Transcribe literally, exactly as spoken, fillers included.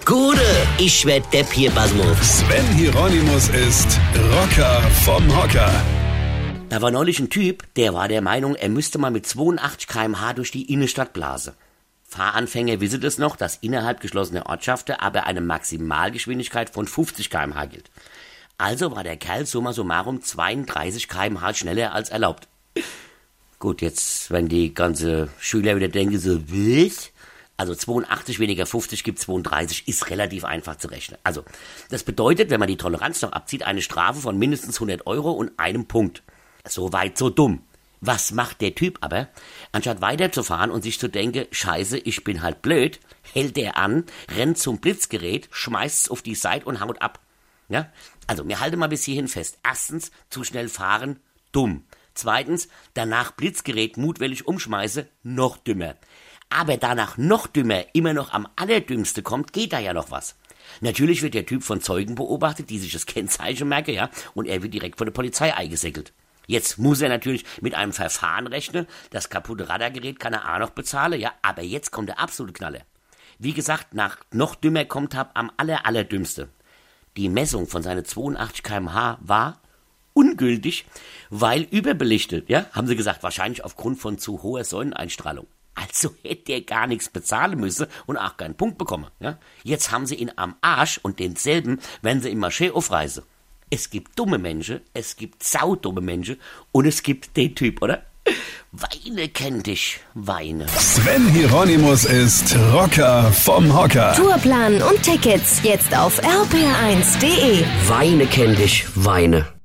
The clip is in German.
Gude, ich werd Depp hier, Basmus. Sven Hieronymus ist Rocker vom Hocker. Da war neulich ein Typ, der war der Meinung, er müsste mal mit zweiundachtzig Kilometer pro Stunde durch die Innenstadt blasen. Fahranfänger wissen es noch, dass innerhalb geschlossener Ortschaften aber eine Maximalgeschwindigkeit von fünfzig Kilometer pro Stunde gilt. Also war der Kerl summa summarum zweiunddreißig Kilometer pro Stunde schneller als erlaubt. Gut, jetzt, wenn die ganze Schüler wieder denken, so, was? Also zweiundachtzig weniger fünfzig gibt zweiunddreißig, ist relativ einfach zu rechnen. Also, das bedeutet, wenn man die Toleranz noch abzieht, eine Strafe von mindestens hundert Euro und einem Punkt. So weit, so dumm. Was macht der Typ aber? Anstatt weiterzufahren und sich zu denken, scheiße, ich bin halt blöd, hält er an, rennt zum Blitzgerät, schmeißt es auf die Seite und haut ab. Ja? Also, wir halten mal bis hierhin fest. Erstens, zu schnell fahren, dumm. Zweitens, danach Blitzgerät mutwillig umschmeiße, noch dümmer. Aber danach noch dümmer immer noch am allerdümmste kommt, geht da ja noch was. Natürlich wird der Typ von Zeugen beobachtet, die sich das Kennzeichen merken, ja, und er wird direkt von der Polizei eingesäckelt. Jetzt muss er natürlich mit einem Verfahren rechnen, das kaputte Radargerät kann er auch noch bezahlen, ja, aber jetzt kommt der absolute Knaller. Wie gesagt, nach noch dümmer kommt er am aller, allerdümmste. Die Messung von seinen zweiundachtzig Kilometer pro Stunde war ungültig, weil überbelichtet, ja, haben sie gesagt, wahrscheinlich aufgrund von zu hoher Sonneneinstrahlung. Also hätte er gar nichts bezahlen müssen und auch keinen Punkt bekommen. Ja? Jetzt haben sie ihn am Arsch und denselben werden sie im Marché aufreißen. Es gibt dumme Menschen, es gibt saudumme Menschen und es gibt den Typ, oder? Weine kennt dich, Weine. Sven Hieronymus ist Rocker vom Hocker. Tourplan und Tickets jetzt auf r p r eins punkt d e. Weine kennt dich, Weine.